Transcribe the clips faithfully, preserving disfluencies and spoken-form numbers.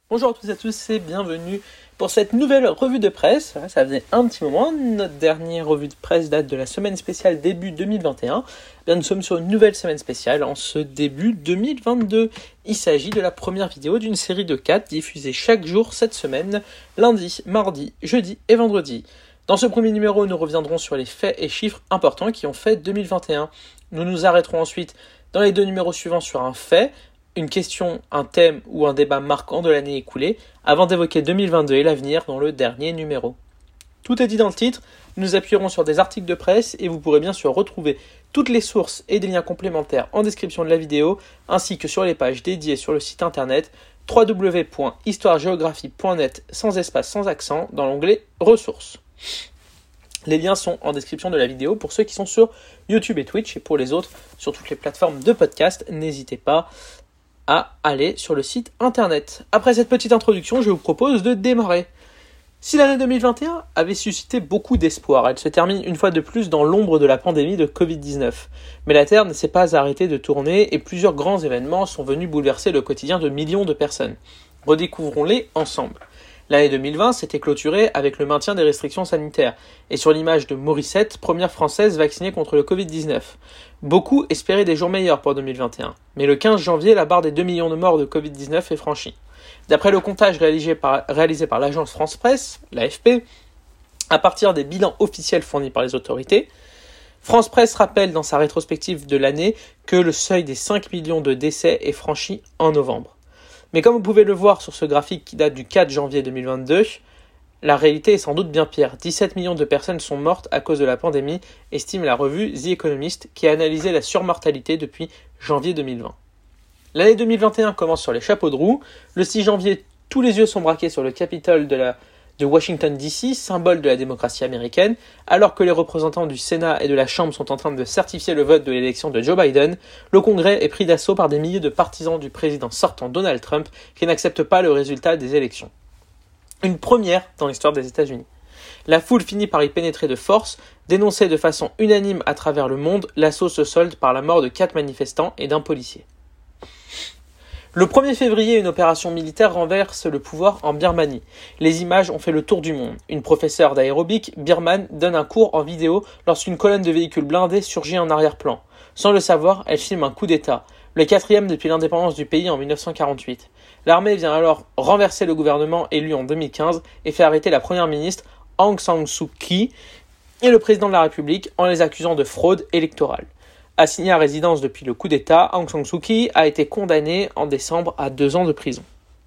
Bonjour à toutes et à tous et bienvenue pour cette nouvelle revue de presse. Ça faisait un petit moment, notre dernière revue de presse date de la semaine spéciale début deux mille vingt et un. Bien, nous sommes sur une nouvelle semaine spéciale en ce début deux mille vingt-deux. Il s'agit de la première vidéo d'une série de quatre diffusée chaque jour cette semaine, lundi, mardi, jeudi et vendredi. Dans ce premier numéro, nous reviendrons sur les faits et chiffres importants qui ont fait deux mille vingt et un. Nous nous arrêterons ensuite dans les deux numéros suivants sur un fait, une question, un thème ou un débat marquant de l'année écoulée, avant d'évoquer deux mille vingt-deux et l'avenir dans le dernier numéro. Tout est dit dans le titre, nous appuierons sur des articles de presse et vous pourrez bien sûr retrouver toutes les sources et des liens complémentaires en description de la vidéo, ainsi que sur les pages dédiées sur le site internet w w w point histoire géographie point net sans espace sans accent dans l'onglet ressources. Les liens sont en description de la vidéo pour ceux qui sont sur YouTube et Twitch, et pour les autres sur toutes les plateformes de podcast, n'hésitez pas à aller sur le site internet. Après cette petite introduction, je vous propose de démarrer. Si l'année deux mille vingt et un avait suscité beaucoup d'espoir, elle se termine une fois de plus dans l'ombre de la pandémie de covid dix-neuf. Mais la Terre ne s'est pas arrêtée de tourner et plusieurs grands événements sont venus bouleverser le quotidien de millions de personnes. Redécouvrons-les ensemble. L'année deux mille vingt s'était clôturée avec le maintien des restrictions sanitaires, et sur l'image de Morissette, première française vaccinée contre le covid dix-neuf. Beaucoup espéraient des jours meilleurs pour deux mille vingt et un, mais le quinze janvier, la barre des deux millions de morts de covid dix-neuf est franchie. D'après le comptage réalisé par, réalisé par l'agence France Presse, l'A F P, à partir des bilans officiels fournis par les autorités, France Presse rappelle dans sa rétrospective de l'année que le seuil des cinq millions de décès est franchi en novembre. Mais comme vous pouvez le voir sur ce graphique qui date du quatre janvier deux mille vingt-deux, la réalité est sans doute bien pire. dix-sept millions de personnes sont mortes à cause de la pandémie, estime la revue The Economist, qui a analysé la surmortalité depuis janvier deux mille vingt. L'année deux mille vingt et un commence sur les chapeaux de roue. Le six janvier, tous les yeux sont braqués sur le Capitole de, la, de Washington D C, symbole de la démocratie américaine, alors que les représentants du Sénat et de la Chambre sont en train de certifier le vote de l'élection de Joe Biden. Le Congrès est pris d'assaut par des milliers de partisans du président sortant Donald Trump qui n'acceptent pas le résultat des élections. Une première dans l'histoire des États-Unis. La foule finit par y pénétrer de force, dénoncée de façon unanime à travers le monde, l'assaut se solde par la mort de quatre manifestants et d'un policier. Le premier février, une opération militaire renverse le pouvoir en Birmanie. Les images ont fait le tour du monde. Une professeure d'aérobic birmane donne un cours en vidéo lorsqu'une colonne de véhicules blindés surgit en arrière-plan. Sans le savoir, elle filme un coup d'État, le quatrième depuis l'indépendance du pays en dix-neuf cent quarante-huit. L'armée vient alors renverser le gouvernement élu en deux mille quinze et fait arrêter la première ministre Aung San Suu Kyi et le président de la République en les accusant de fraude électorale. Assigné à résidence depuis le coup d'État, Aung San Suu Kyi a été condamné en décembre à deux ans de prison.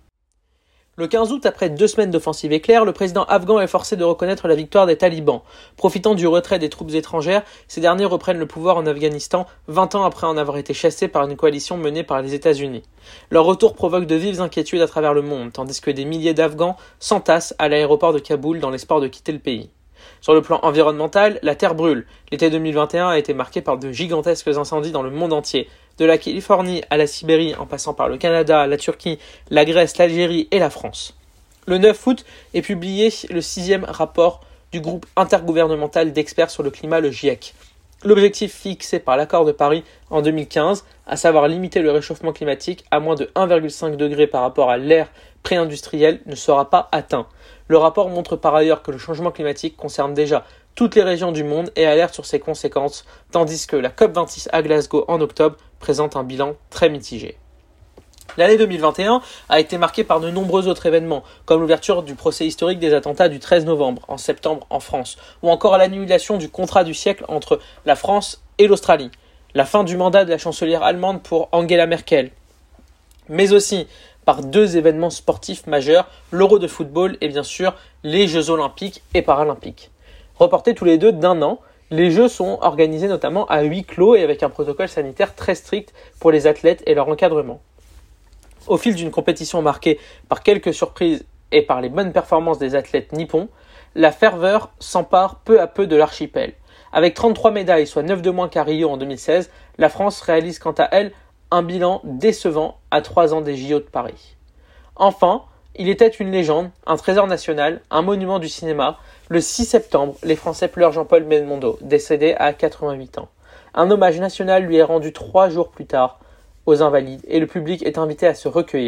Le quinze août, après deux semaines d'offensive éclair, le président afghan est forcé de reconnaître la victoire des talibans. Profitant du retrait des troupes étrangères, ces derniers reprennent le pouvoir en Afghanistan, vingt ans après en avoir été chassés par une coalition menée par les États-Unis. Leur retour provoque de vives inquiétudes à travers le monde, tandis que des milliers d'Afghans s'entassent à l'aéroport de Kaboul dans l'espoir de quitter le pays. Sur le plan environnemental, la Terre brûle. L'été deux mille vingt et un a été marqué par de gigantesques incendies dans le monde entier. De la Californie à la Sibérie, en passant par le Canada, la Turquie, la Grèce, l'Algérie et la France. Le neuf août est publié le sixième rapport du groupe intergouvernemental d'experts sur le climat, le GIEC. L'objectif fixé par l'accord de Paris en deux mille quinze, à savoir limiter le réchauffement climatique à moins de un virgule cinq degré par rapport à l'ère pré-industrielle, ne sera pas atteint. Le rapport montre par ailleurs que le changement climatique concerne déjà toutes les régions du monde et alerte sur ses conséquences, tandis que la COP vingt-six à Glasgow en octobre présente un bilan très mitigé. L'année deux mille vingt et un a été marquée par de nombreux autres événements, comme l'ouverture du procès historique des attentats du treize novembre, en septembre en France, ou encore l'annulation du contrat du siècle entre la France et l'Australie, la fin du mandat de la chancelière allemande pour Angela Merkel, mais aussi par deux événements sportifs majeurs, l'Euro de football et bien sûr les Jeux olympiques et paralympiques. Reportés tous les deux d'un an, les Jeux sont organisés notamment à huis clos et avec un protocole sanitaire très strict pour les athlètes et leur encadrement. Au fil d'une compétition marquée par quelques surprises et par les bonnes performances des athlètes nippons, la ferveur s'empare peu à peu de l'archipel. Avec trente-trois médailles, soit neuf de moins qu'à Rio en deux mille seize, la France réalise quant à elle un bilan décevant à trois ans des J O de Paris. Enfin, il était une légende, un trésor national, un monument du cinéma. Le six septembre, les Français pleurent Jean-Paul Belmondo, décédé à quatre-vingt-huit ans. Un hommage national lui est rendu trois jours plus tard aux Invalides et le public est invité à se recueillir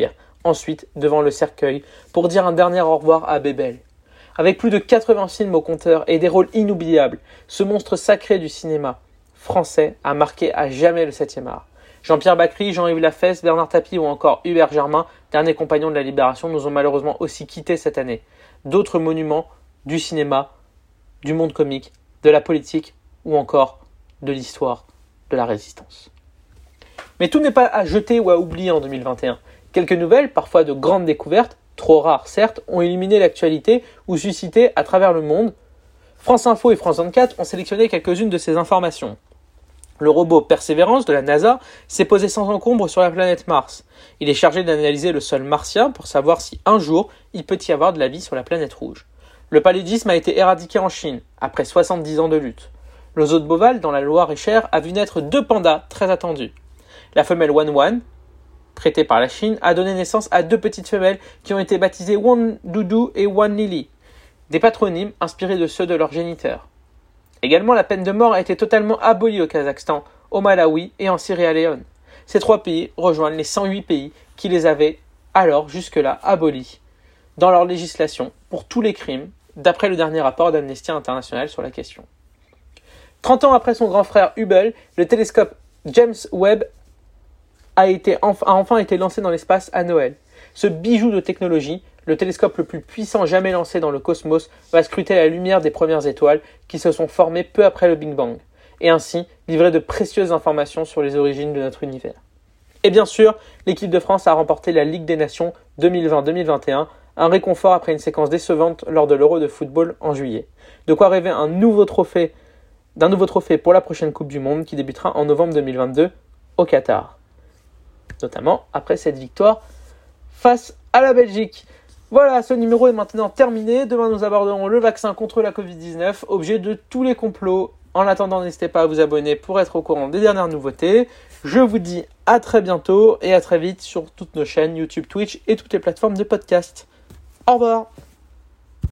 ensuite devant le cercueil pour dire un dernier au revoir à Bébel. Avec plus de quatre-vingts films au compteur et des rôles inoubliables, ce monstre sacré du cinéma français a marqué à jamais le septième art. Jean-Pierre Bacri, Jean-Yves Lafesse, Bernard Tapie ou encore Hubert Germain, derniers compagnons de la Libération, nous ont malheureusement aussi quittés cette année. D'autres monuments du cinéma, du monde comique, de la politique ou encore de l'histoire de la résistance. Mais tout n'est pas à jeter ou à oublier en deux mille vingt et un. Quelques nouvelles, parfois de grandes découvertes, trop rares certes, ont illuminé l'actualité ou suscité à travers le monde. France Info et France vingt-quatre ont sélectionné quelques-unes de ces informations. Le robot Persévérance de la NASA s'est posé sans encombre sur la planète Mars. Il est chargé d'analyser le sol martien pour savoir si un jour il peut y avoir de la vie sur la planète rouge. Le paludisme a été éradiqué en Chine, après soixante-dix ans de lutte. Le zoo de Beauval, dans la Loire-et-Cher, a vu naître deux pandas très attendus. La femelle Wan Wan, prêtée par la Chine, a donné naissance à deux petites femelles qui ont été baptisées Wan Doudou et Wan Lily, des patronymes inspirés de ceux de leurs géniteurs. Également, la peine de mort a été totalement abolie au Kazakhstan, au Malawi et en Sierra Leone. Ces trois pays rejoignent les cent huit pays qui les avaient alors jusque-là abolis dans leur législation pour tous les crimes, d'après le dernier rapport d'Amnesty International sur la question. trente ans après son grand frère Hubble, le télescope James Webb a, été, a enfin été lancé dans l'espace à Noël. Ce bijou de technologie, le télescope le plus puissant jamais lancé dans le cosmos, va scruter la lumière des premières étoiles qui se sont formées peu après le Big Bang, et ainsi livrer de précieuses informations sur les origines de notre univers. Et bien sûr, l'équipe de France a remporté la Ligue des Nations deux mille vingt deux mille vingt et un, un réconfort après une séquence décevante lors de l'Euro de football en juillet. De quoi rêver un nouveau trophée, d'un nouveau trophée pour la prochaine Coupe du Monde qui débutera en novembre deux mille vingt-deux au Qatar. Notamment après cette victoire face à la Belgique. Voilà, ce numéro est maintenant terminé. Demain, nous aborderons le vaccin contre la covid dix-neuf, objet de tous les complots. En attendant, n'hésitez pas à vous abonner pour être au courant des dernières nouveautés. Je vous dis à très bientôt et à très vite sur toutes nos chaînes YouTube, Twitch et toutes les plateformes de podcast. Au revoir.